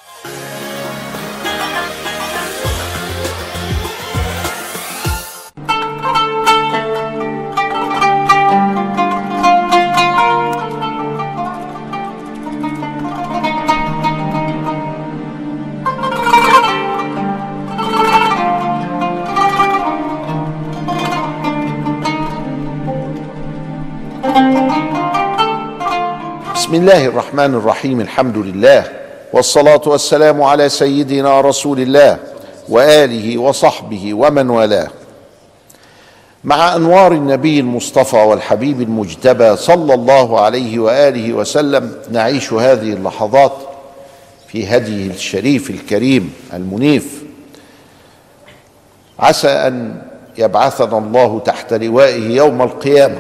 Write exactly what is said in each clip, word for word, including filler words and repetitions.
بسم الله الرحمن الرحيم. الحمد لله والصلاة والسلام على سيدنا رسول الله وآله وصحبه ومن والاه. مع أنوار النبي المصطفى والحبيب المجتبى صلى الله عليه وآله وسلم نعيش هذه اللحظات في هديه الشريف الكريم المنيف. عسى أن يبعثنا الله تحت لوائه يوم القيامة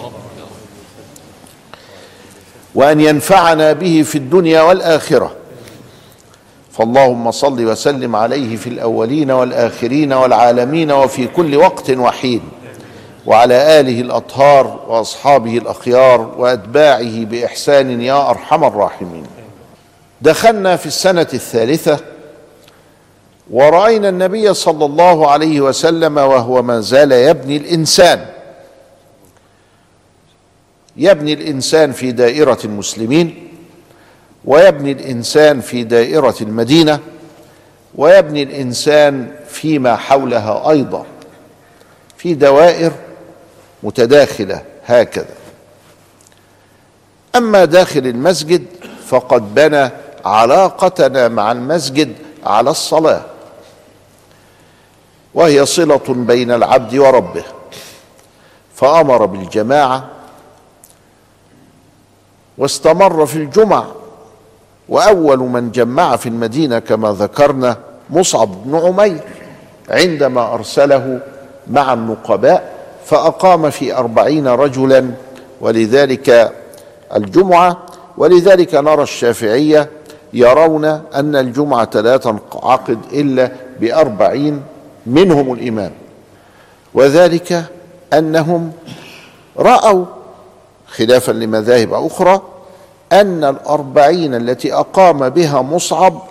وأن ينفعنا به في الدنيا والآخرة. فاللهم صل وسلم عليه في الأولين والآخرين والعالمين وفي كل وقت وحين، وعلى آله الأطهار وأصحابه الأخيار وأتباعه بإحسان يا أرحم الراحمين. دخلنا في السنة الثالثة ورأينا النبي صلى الله عليه وسلم وهو ما زال يبني الإنسان يبني الإنسان في دائرة المسلمين، ويبني الإنسان في دائرة المدينة، ويبني الإنسان فيما حولها أيضا، في دوائر متداخلة هكذا. أما داخل المسجد فقد بنى علاقتنا مع المسجد على الصلاة، وهي صلة بين العبد وربه، فأمر بالجماعة واستمر في الجمع. وأول من جمع في المدينة كما ذكرنا مصعب بن عمير عندما أرسله مع النقباء فأقام في أربعين رجلا، ولذلك الجمعة. ولذلك نرى الشافعية يرون أن الجمعة لا تنعقد إلا بأربعين منهم الإمام، وذلك أنهم رأوا خلافا لمذاهب أخرى أن الأربعين التي أقام بها مصعب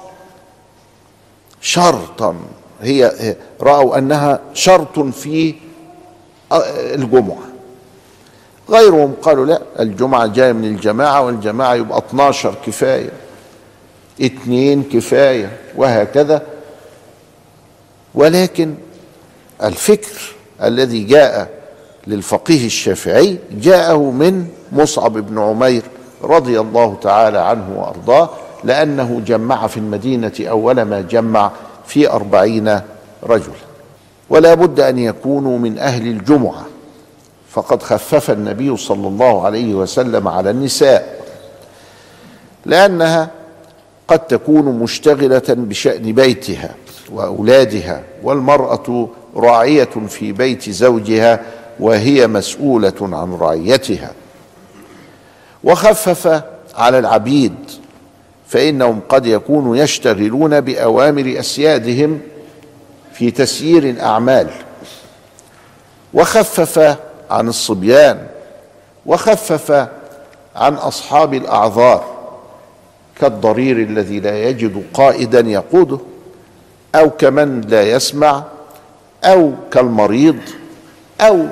شرطا، هي رأوا أنها شرط في الجمعة. غيرهم قالوا لا، الجمعة جاية من الجماعة، والجماعة يبقى اتناشر كفاية، اتنين كفاية، وهكذا. ولكن الفكر الذي جاء للفقيه الشافعي جاءه من مصعب بن عمير رضي الله تعالى عنه وأرضاه، لأنه جمع في المدينة أول ما جمع في أربعين رجلا. ولا بد أن يكونوا من أهل الجمعة، فقد خفف النبي صلى الله عليه وسلم على النساء، لأنها قد تكون مشتغلة بشأن بيتها وأولادها، والمرأة راعية في بيت زوجها وهي مسؤولة عن رعيتها. وخفف على العبيد، فإنهم قد يكونوا يشتغلون بأوامر أسيادهم في تسيير الأعمال. وخفف عن الصبيان، وخفف عن أصحاب الأعذار كالضرير الذي لا يجد قائدا يقوده، أو كمن لا يسمع، أو كالمريض، أو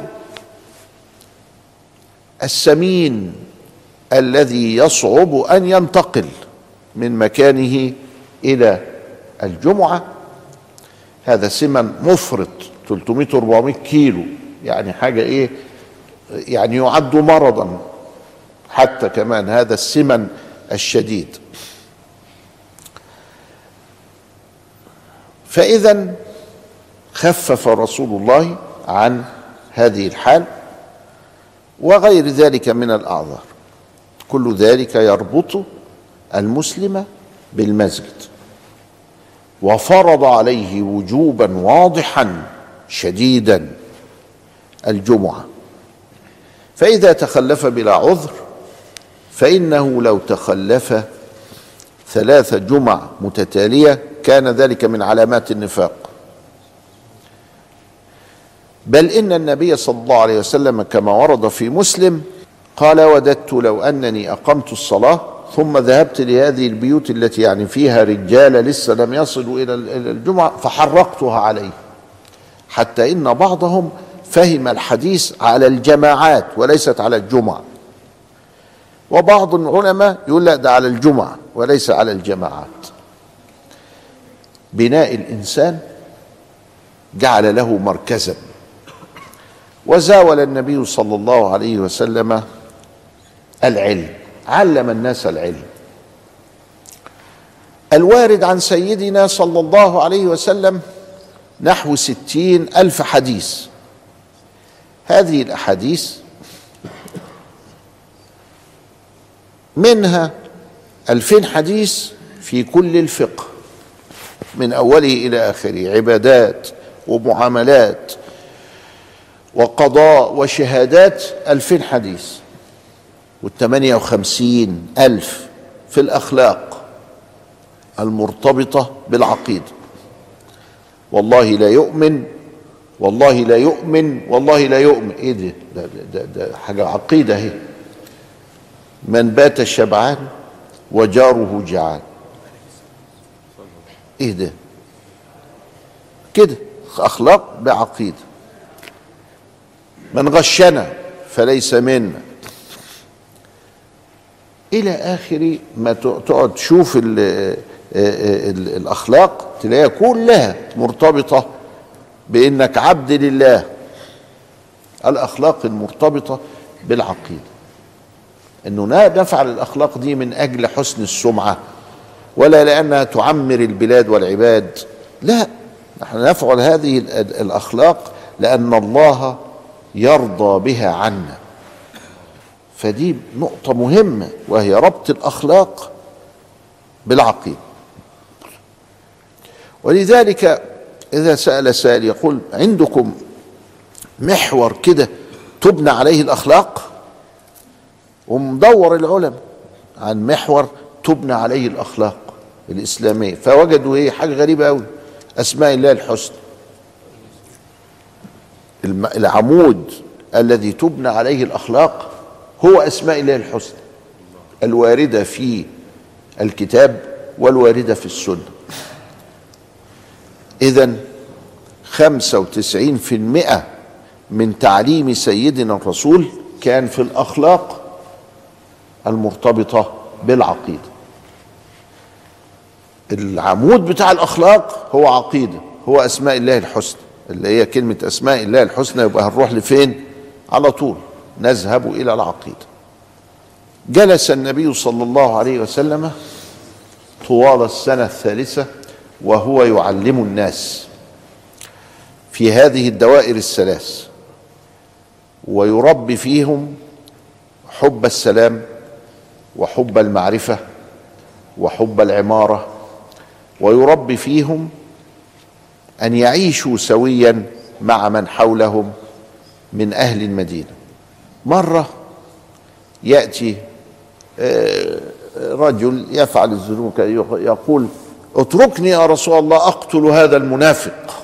السمين الذي يصعب أن ينتقل من مكانه إلى الجمعة. هذا سمن مفرط ثلاثمائة أربعمائة كيلو، يعني حاجة إيه، يعني يعد مرضا حتى كمان هذا السمن الشديد. فإذا خفف رسول الله عن هذه الحال وغير ذلك من الأعذار. كل ذلك يربط المسلم بالمسجد، وفرض عليه وجوبا واضحا شديدا الجمعة. فإذا تخلف بلا عذر فإنه لو تخلف ثلاث جمع متتالية كان ذلك من علامات النفاق. بل إن النبي صلى الله عليه وسلم كما ورد في مسلم قال: وددت لو أنني أقمت الصلاة ثم ذهبت لهذه البيوت التي يعني فيها رجال لسه لم يصلوا إلى الجمعة فحرقتها عليه، حتى إن بعضهم فهم الحديث على الجماعات وليست على الجمعة، وبعض العلماء يقول لا ده على الجمعة وليس على الجماعات. بناء الإنسان جعل له مركزا، وزاول النبي صلى الله عليه وسلم العلم، علم الناس العلم. الوارد عن سيدنا صلى الله عليه وسلم نحو ستين ألف حديث. هذه الأحاديث منها ألفين حديث في كل الفقه من أوله إلى آخره، عبادات ومعاملات وقضاء وشهادات، ألفين حديث، والثمانية وخمسين ألف في الأخلاق المرتبطة بالعقيدة. والله لا يؤمن، والله لا يؤمن، والله لا يؤمن. ايه ده؟ ده, ده, ده حاجة عقيدة اهي. من بات شبعان وجاره جعان. ايه ده؟ كده اخلاق بعقيدة. من غشنا فليس منا، الى اخر ما تقعد تشوف ال ال الاخلاق تلاقيها كلها مرتبطة بانك عبد لله. الاخلاق المرتبطة بالعقيدة، انه لا نفعل الاخلاق دي من اجل حسن السمعة ولا لانها تعمر البلاد والعباد، لا، نحن نفعل هذه الاخلاق لان الله يرضى بها عنا. فدي نقطة مهمة، وهي ربط الأخلاق بالعقيدة. ولذلك إذا سأل سائل يقول عندكم محور كده تبنى عليه الأخلاق، ومدور العلماء عن محور تبنى عليه الأخلاق الإسلامية، فوجدوا ايه حاجة غريبة أوي، أسماء الله الحسنى. العمود الذي تبنى عليه الأخلاق هو أسماء الله الحسنى الواردة في الكتاب والواردة في السنة. إذن خمسة وتسعين في المئة من تعليم سيدنا الرسول كان في الأخلاق المرتبطة بالعقيدة. العمود بتاع الأخلاق هو عقيدة، هو أسماء الله الحسنى، اللي هي كلمة أسماء الله الحسنى. يبقى هنروح لفين على طول؟ نذهب إلى العقيدة. جلس النبي صلى الله عليه وسلم طوال السنة الثالثة وهو يعلم الناس في هذه الدوائر الثلاث، ويربي فيهم حب السلام وحب المعرفة وحب العمارة، ويربي فيهم أن يعيشوا سويا مع من حولهم من أهل المدينة. مرة يأتي رجل يفعل الذنوب يقول اتركني يا رسول الله أقتل هذا المنافق،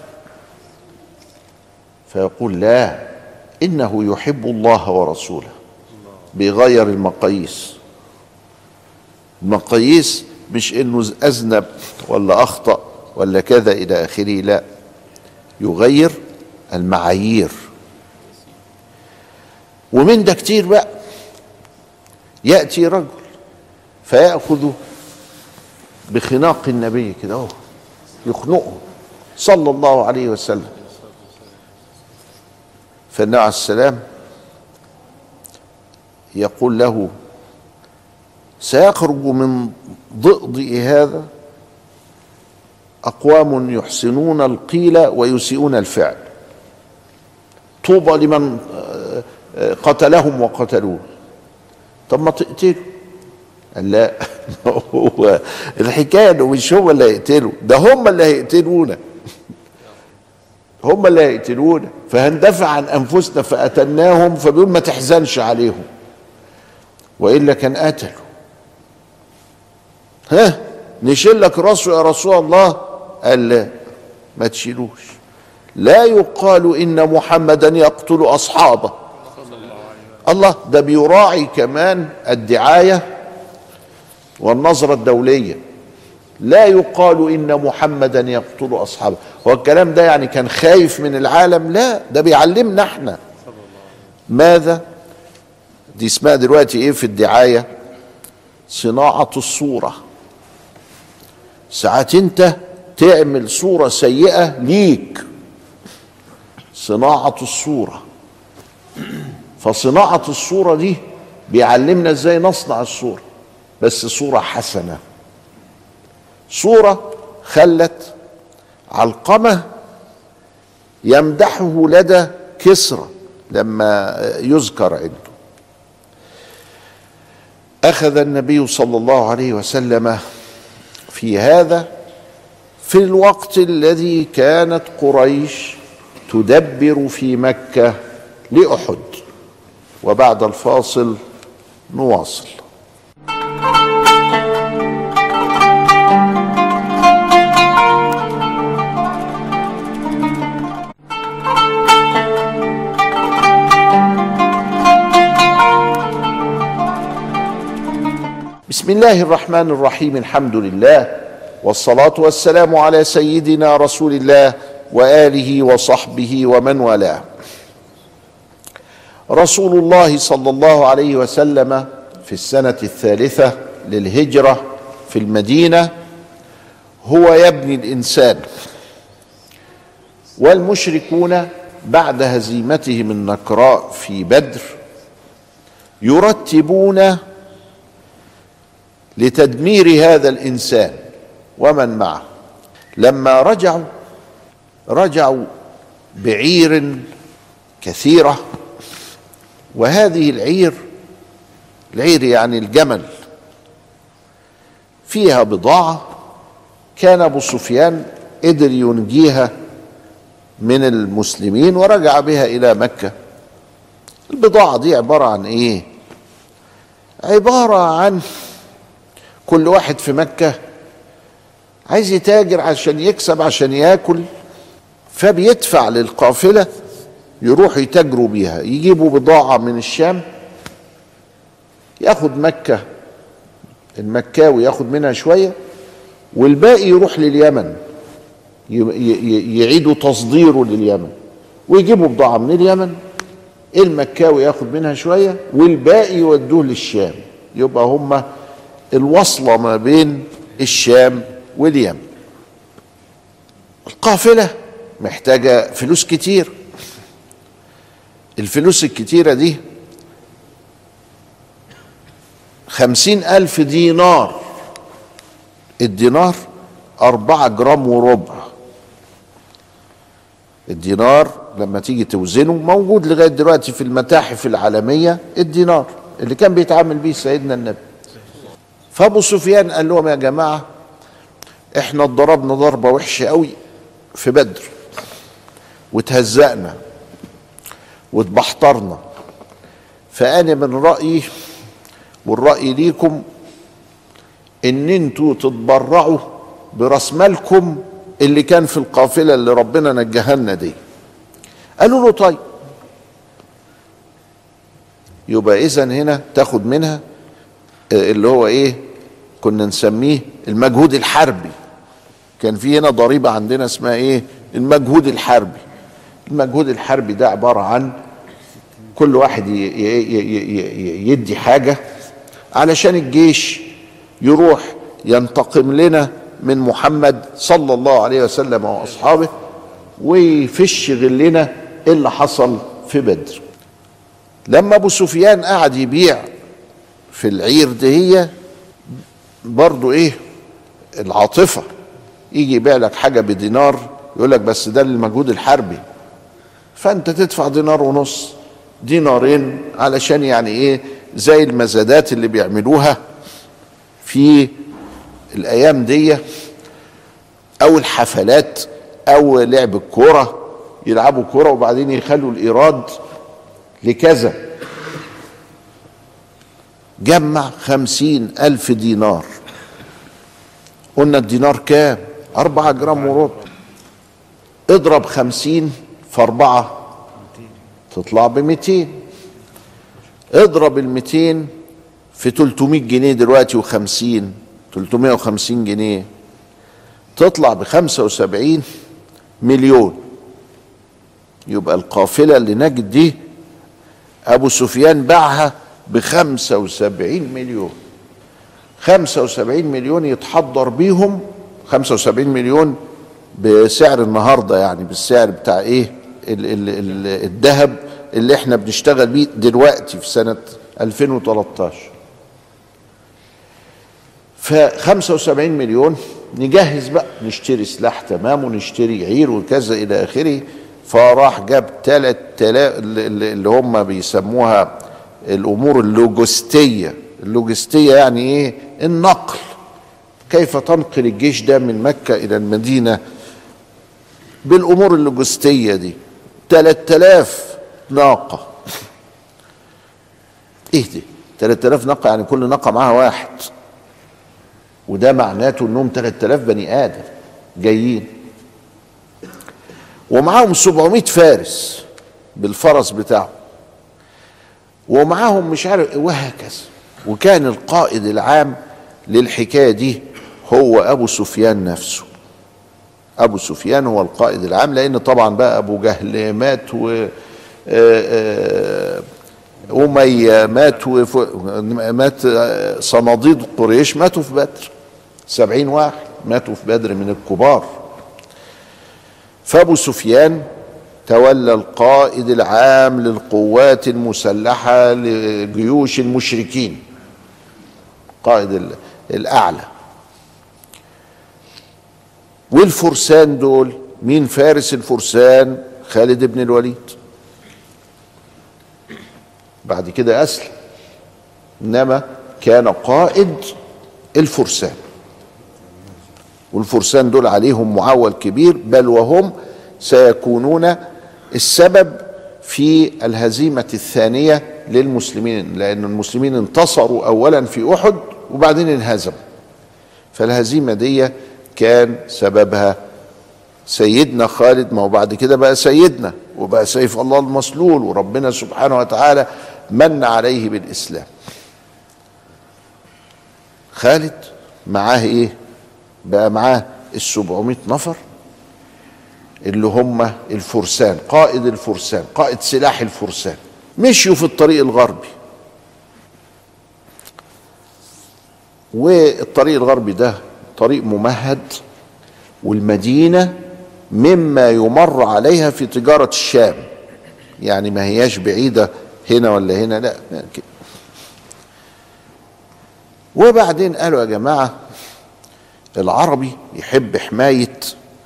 فيقول لا، إنه يحب الله ورسوله. بيغير المقاييس. المقاييس مش إنه أذنب ولا أخطأ ولا كذا إلى آخره، لا، يغير المعايير. ومن ده كتير بقى. يأتي رجل فيأخذ بخناق النبي كده اهو يخنقه صلى الله عليه وسلم، فالنبي عليه السلام يقول له سيخرج من ضئضئ هذا أقوام يحسنون القيل ويسيئون الفعل، طوبى لمن قتلهم وقتلوه. طب ما تقتلوا. قال لا، هو الحكايه انه مش هم اللي هيقتلوا، ده هم اللي هيقتلونا، هم اللي هيقتلونا، فهندفع عن انفسنا فقتلناهم، فبيقول ما تحزنش عليهم والا كان قتلوا. ها نشيل لك راسه يا رسول الله؟ قال لا، ما تشيلوش. لا يقال ان محمدا يقتل اصحابه. الله، ده بيراعي كمان الدعايه والنظرة الدولية. لا يقال إن محمدا يقتل أصحابه. هو الكلام ده يعني كان خايف من العالم؟ لا، ده بيعلمنا احنا ماذا. دي اسمها دلوقتي ايه في الدعاية؟ صناعة الصورة. ساعات انت تعمل صورة سيئة ليك، صناعة الصورة. فصناعة الصورة دي بيعلمنا ازاي نصنع الصورة، بس صورة حسنة. صورة خلت علقمة يمدحه لدى كسرى لما يذكر عنده. أخذ النبي صلى الله عليه وسلم في هذا في الوقت الذي كانت قريش تدبر في مكة لأحد. وبعد الفاصل نواصل. بسم الله الرحمن الرحيم. الحمد لله والصلاة والسلام على سيدنا رسول الله وآله وصحبه ومن والاه. رسول الله صلى الله عليه وسلم في السنة الثالثة للهجرة في المدينة هو يبني الإنسان، والمشركون بعد هزيمتهم النكراء في بدر يرتبون لتدمير هذا الإنسان ومن معه. لما رجعوا رجعوا بعير كثيرة، وهذه العير العير يعني الجمل فيها بضاعة كان أبو سفيان قدر ينجيها من المسلمين ورجع بها إلى مكة. البضاعة دي عبارة عن إيه؟ عبارة عن كل واحد في مكة عايز يتاجر عشان يكسب عشان ياكل، فبيدفع للقافلة يروحوا يتاجروا بيها، يجيبوا بضاعة من الشام، ياخد مكة المكاوي ياخد منها شوية، والباقي يروح لليمن يعيدوا تصديره لليمن، ويجيبوا بضاعة من اليمن، المكاوي ياخد منها شوية والباقي يودوه للشام. يبقى هم الوصلة ما بين الشام واليمن. القافلة محتاجة فلوس كتير. الفلوس الكتيرة دي خمسين ألف دينار. الدينار أربعة جرام وربع. الدينار لما تيجي توزنه موجود لغاية دلوقتي في المتاحف العالمية، الدينار اللي كان بيتعامل بيه سيدنا النبي. فأبو سفيان قال لهم يا جماعة احنا اتضربنا ضربة وحشة قوي في بدر، وتهزقنا واتبحترنا، فأنا من رأيي والرأي ليكم ان انتوا تتبرعوا براس مالكم اللي كان في القافلة اللي ربنا نجاها لنا دي. قالوا له طيب. يبقى اذا هنا تاخد منها اللي هو ايه كنا نسميه المجهود الحربي. كان في هنا ضريبة عندنا اسمها ايه؟ المجهود الحربي. المجهود الحربي ده عبارة عن كل واحد يدي حاجة علشان الجيش يروح ينتقم لنا من محمد صلى الله عليه وسلم واصحابه، ويفش غلنا اللي حصل في بدر. لما ابو سفيان قعد يبيع في العير دي برضو ايه العاطفة، يجي يبيع لك حاجة بدينار يقول لك بس ده للمجهود الحربي، فانت تدفع دينار ونص دينارين علشان يعني ايه زي المزادات اللي بيعملوها في الايام دي، او الحفلات او لعب الكورة، يلعبوا كورة وبعدين يخلوا الايراد لكذا. جمع خمسين ألف دينار. قلنا الدينار كام؟ أربعة جرام وربع. اضرب خمسين في أربعة تطلع بميتين. اضرب الميتين في تلتمية جنيه دلوقتي وخمسين تلتمية وخمسين جنيه، تطلع بخمسة وسبعين مليون. يبقى القافلة اللي نجد دي أبو سفيان باعها بخمسة وسبعين مليون. خمسة وسبعين مليون يتحضر بيهم، خمسة وسبعين مليون بسعر النهاردة، يعني بالسعر بتاع ايه الذهب اللي احنا بنشتغل بيه دلوقتي في سنة ألفين وتلتاشر. ف خمسة وسبعين مليون نجهز بقى، نشتري سلاح تمام ونشتري عير وكذا الى اخره. فراح جاب ثلاث آلاف اللي هم بيسموها الامور اللوجستيه. اللوجستيه يعني ايه؟ النقل، كيف تنقل الجيش ده من مكه الى المدينه بالامور اللوجستيه دي. ثلاث آلاف ناقه. ايه ده؟ ثلاث آلاف ناقه، يعني كل ناقه معاها واحد، وده معناته انهم ثلاث آلاف بني ادم جايين، ومعاهم سبعمية فارس بالفرس بتاعه، ومعاهم مش عارف، وهكذا. وكان القائد العام للحكايه دي هو ابو سفيان نفسه. ابو سفيان هو القائد العام، لان طبعا بقى ابو جهل مات، و أمية مات، مات صناديد قريش ماتوا في بدر، سبعين واحد ماتوا في بدر من الكبار. فابو سفيان تولى القائد العام للقوات المسلحة لجيوش المشركين، قائد الأعلى. والفرسان دول مين؟ فارس الفرسان خالد بن الوليد، بعد كده أسلم، إنما كان قائد الفرسان. والفرسان دول عليهم معول كبير، بل وهم سيكونون السبب في الهزيمة الثانية للمسلمين، لأن المسلمين انتصروا أولا في أحد وبعدين انهزموا. فالهزيمة دي كان سببها سيدنا خالد، ما هو بعد كده بقى سيدنا وبقى سيف الله المسلول، وربنا سبحانه وتعالى من عليه بالإسلام. خالد معاه ايه؟ بقى معاه السبعمائة نفر اللي هم الفرسان، قائد الفرسان، قائد سلاح الفرسان. مشيوا في الطريق الغربي، والطريق الغربي ده طريق ممهد، والمدينة مما يمر عليها في تجارة الشام، يعني ما هياش بعيدة هنا ولا هنا، لا كده. وبعدين قالوا يا جماعة العربي يحب حماية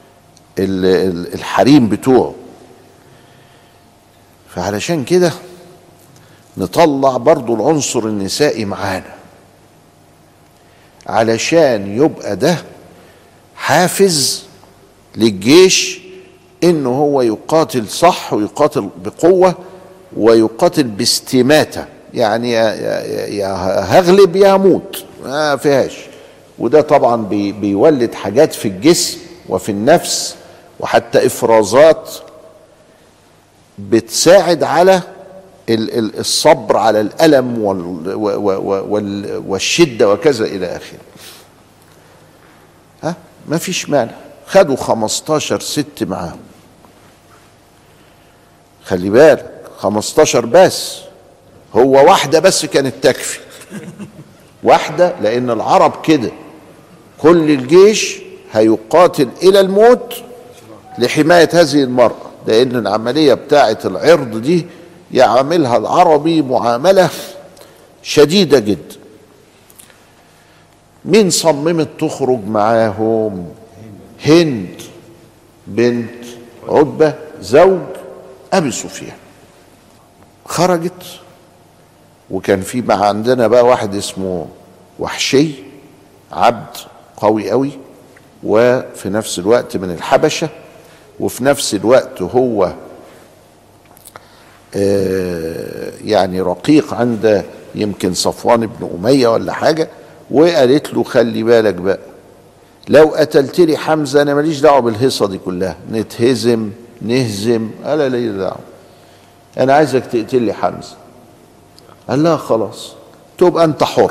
الحريم بتوعه، فعلشان كده نطلع برضو العنصر النسائي معانا، علشان يبقى ده حافز للجيش انه هو يقاتل صح ويقاتل بقوة ويقاتل باستماتة، يعني يا, يا هغلب يا هموت، ما فيهاش. وده طبعا بي بيولد حاجات في الجسم وفي النفس، وحتى افرازات بتساعد على الصبر على الألم والشدة وكذا إلى آخره. ها ما فيش مانع. خدوا خمستاشر ست معاهم، خلي بالك خمستاشر بس، هو واحدة بس كانت تكفي، واحدة، لأن العرب كده كل الجيش هيقاتل إلى الموت لحماية هذه المرأة، لأن العملية بتاعة العرض دي يعاملها العربي معاملة شديدة جدا. مين صممت تخرج معاهم؟ هند بنت عتبة زوج أبي سفيان خرجت. وكان في مع عندنا بقى واحد اسمه وحشي، عبد قوي قوي، وفي نفس الوقت من الحبشة، وفي نفس الوقت هو آه يعني رقيق عند يمكن صفوان بن أمية ولا حاجة. وقالت له خلي بالك بقى، لو قتلت لي حمزة أنا ماليش دعوة بالهيصة دي كلها، نتهزم نهزم، أنا لي دعوة، أنا عايزك تقتل لي حمزة. قال لها خلاص تبقى انت حر.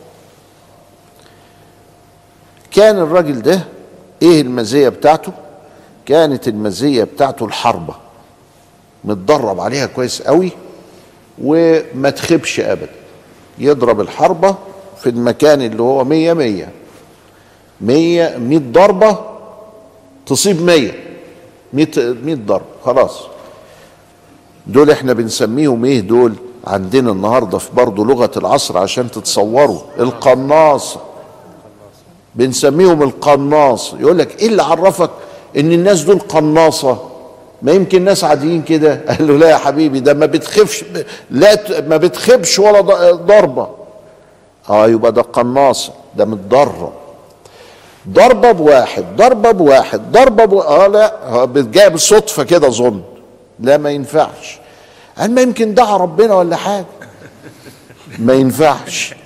كان الراجل ده ايه المزية بتاعته؟ كانت المزية بتاعته الحربة، متدرب عليها كويس قوي وما تخبش ابدا. يضرب الحربة في المكان اللي هو مية مية مية مية ضربة تصيب مية مية مية ضربة خلاص. دول احنا بنسميهم ايه دول عندنا النهاردة في برضو لغة العصر عشان تتصوروا؟ القناصة. بنسميهم القناص. يقول لك ايه اللي عرفك ان الناس دول قناصة؟ ما يمكن ناس عاديين كده. قال له لا يا حبيبي، ده ما بتخفش، لا ما بتخبش ولا ضربة. اه يبقى ده قناصة، ده متدرب. ضربة بواحد، ضربة بواحد، ضربة بواحد. اه لا جايه بالصدفة كده اظن. لا ما ينفعش. قال ما يمكن دعا ربنا ولا حاجة. ما ينفعش،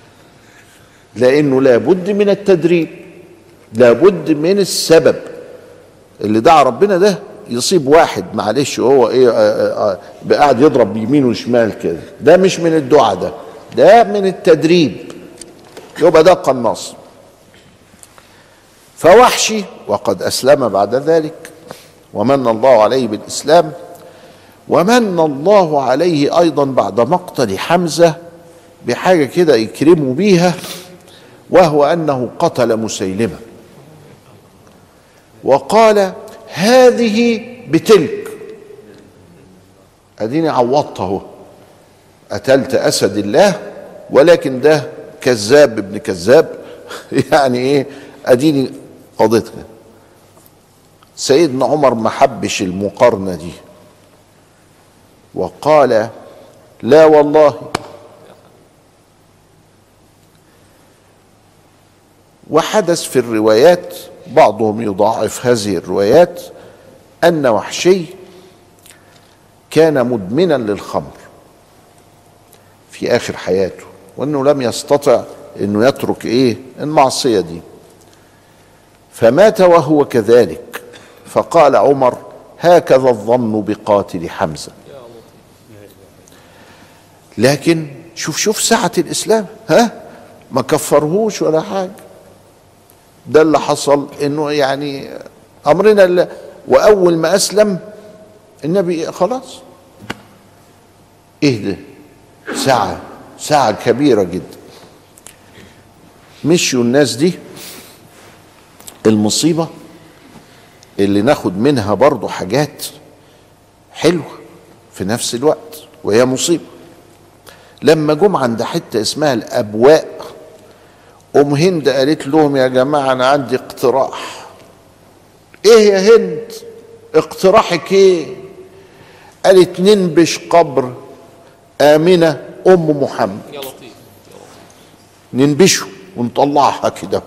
لانه لابد من التدريب، لابد من السبب. اللي دعا ربنا ده يصيب واحد معلش وهو ايه قاعد يضرب بيمين وشمال كده، ده مش من الدعاء، ده ده من التدريب. يبقى ده قناص. فوحشي وقد اسلم بعد ذلك ومن الله عليه بالاسلام، ومن الله عليه ايضا بعد مقتل حمزة بحاجة كده يكرموا بيها، وهو انه قتل مسيلمة وقال هذه بتلك. اديني عوضت اهو، قتلت اسد الله ولكن ده كذاب ابن كذاب. يعني ايه؟ اديني قضيتها. سيدنا عمر ما حبش المقارنة دي وقال لا والله. وحدث في الروايات، بعضهم يضاعف هذه الروايات، أن وحشي كان مدمنا للخمر في آخر حياته، وأنه لم يستطع أنه يترك إيه المعصية دي، فمات وهو كذلك. فقال عمر هكذا الظن بقاتل حمزة. لكن شوف شوف سعة الإسلام، ها ما كفرهوش ولا حاجة. ده اللي حصل، انه يعني امرنا الله. واول ما اسلم النبي خلاص اهدى. ساعة ساعة كبيرة جدا. مشوا الناس دي. المصيبة اللي ناخد منها برضو حاجات حلوة في نفس الوقت وهي مصيبة. لما جم عند حتة اسمها الابواء، ام هند قالت لهم يا جماعة انا عندي اقتراح. ايه يا هند اقتراحك ايه؟ قالت ننبش قبر آمنة ام محمد. يا لطيف ننبشه ونطلعها كده.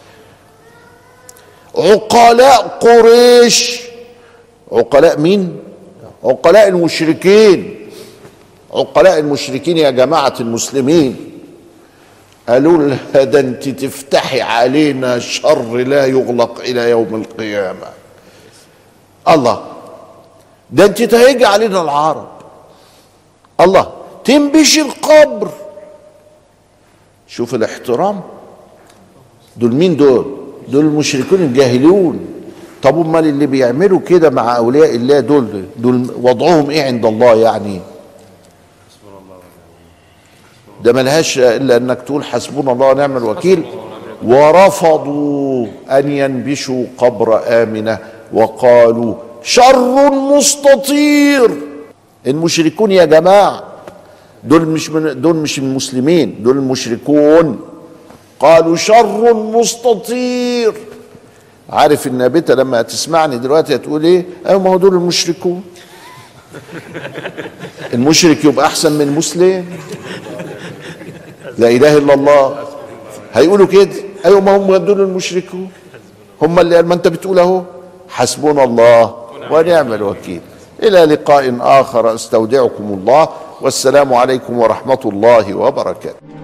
عقلاء قريش، عقلاء مين؟ عقلاء المشركين. عقلاء المشركين يا جماعة المسلمين قالوا لها ده انت تفتحي علينا شر لا يغلق الى يوم القيامة. الله، ده انت تهيجي علينا العرب. الله، تنبشي القبر. شوف الاحترام. دول مين دول؟ دول المشركون الجاهلون. طب امال اللي بيعملوا كده مع اولياء الله دول دول وضعهم ايه عند الله يعني؟ ده ملهاش الا انك تقول حسبنا الله ونعم الوكيل. ورفضوا ان ينبشوا قبر آمنة وقالوا شر مستطير. المشركون يا جماعة دول مش من دول مش المسلمين، دول المشركون. قالوا شر مستطير. عارف النابتة لما تسمعني دلوقتي هتقول ايه؟ ايوه ما هو دول المشركون. المشرك يبقى احسن من المسلم؟ لا اله الا الله. هيقولوا كده. ايوه ما هم دول المشركون، هم اللي ما انت بتقول اهو. حسبنا الله ونعم الوكيل. الى لقاء اخر، استودعكم الله والسلام عليكم ورحمة الله وبركاته.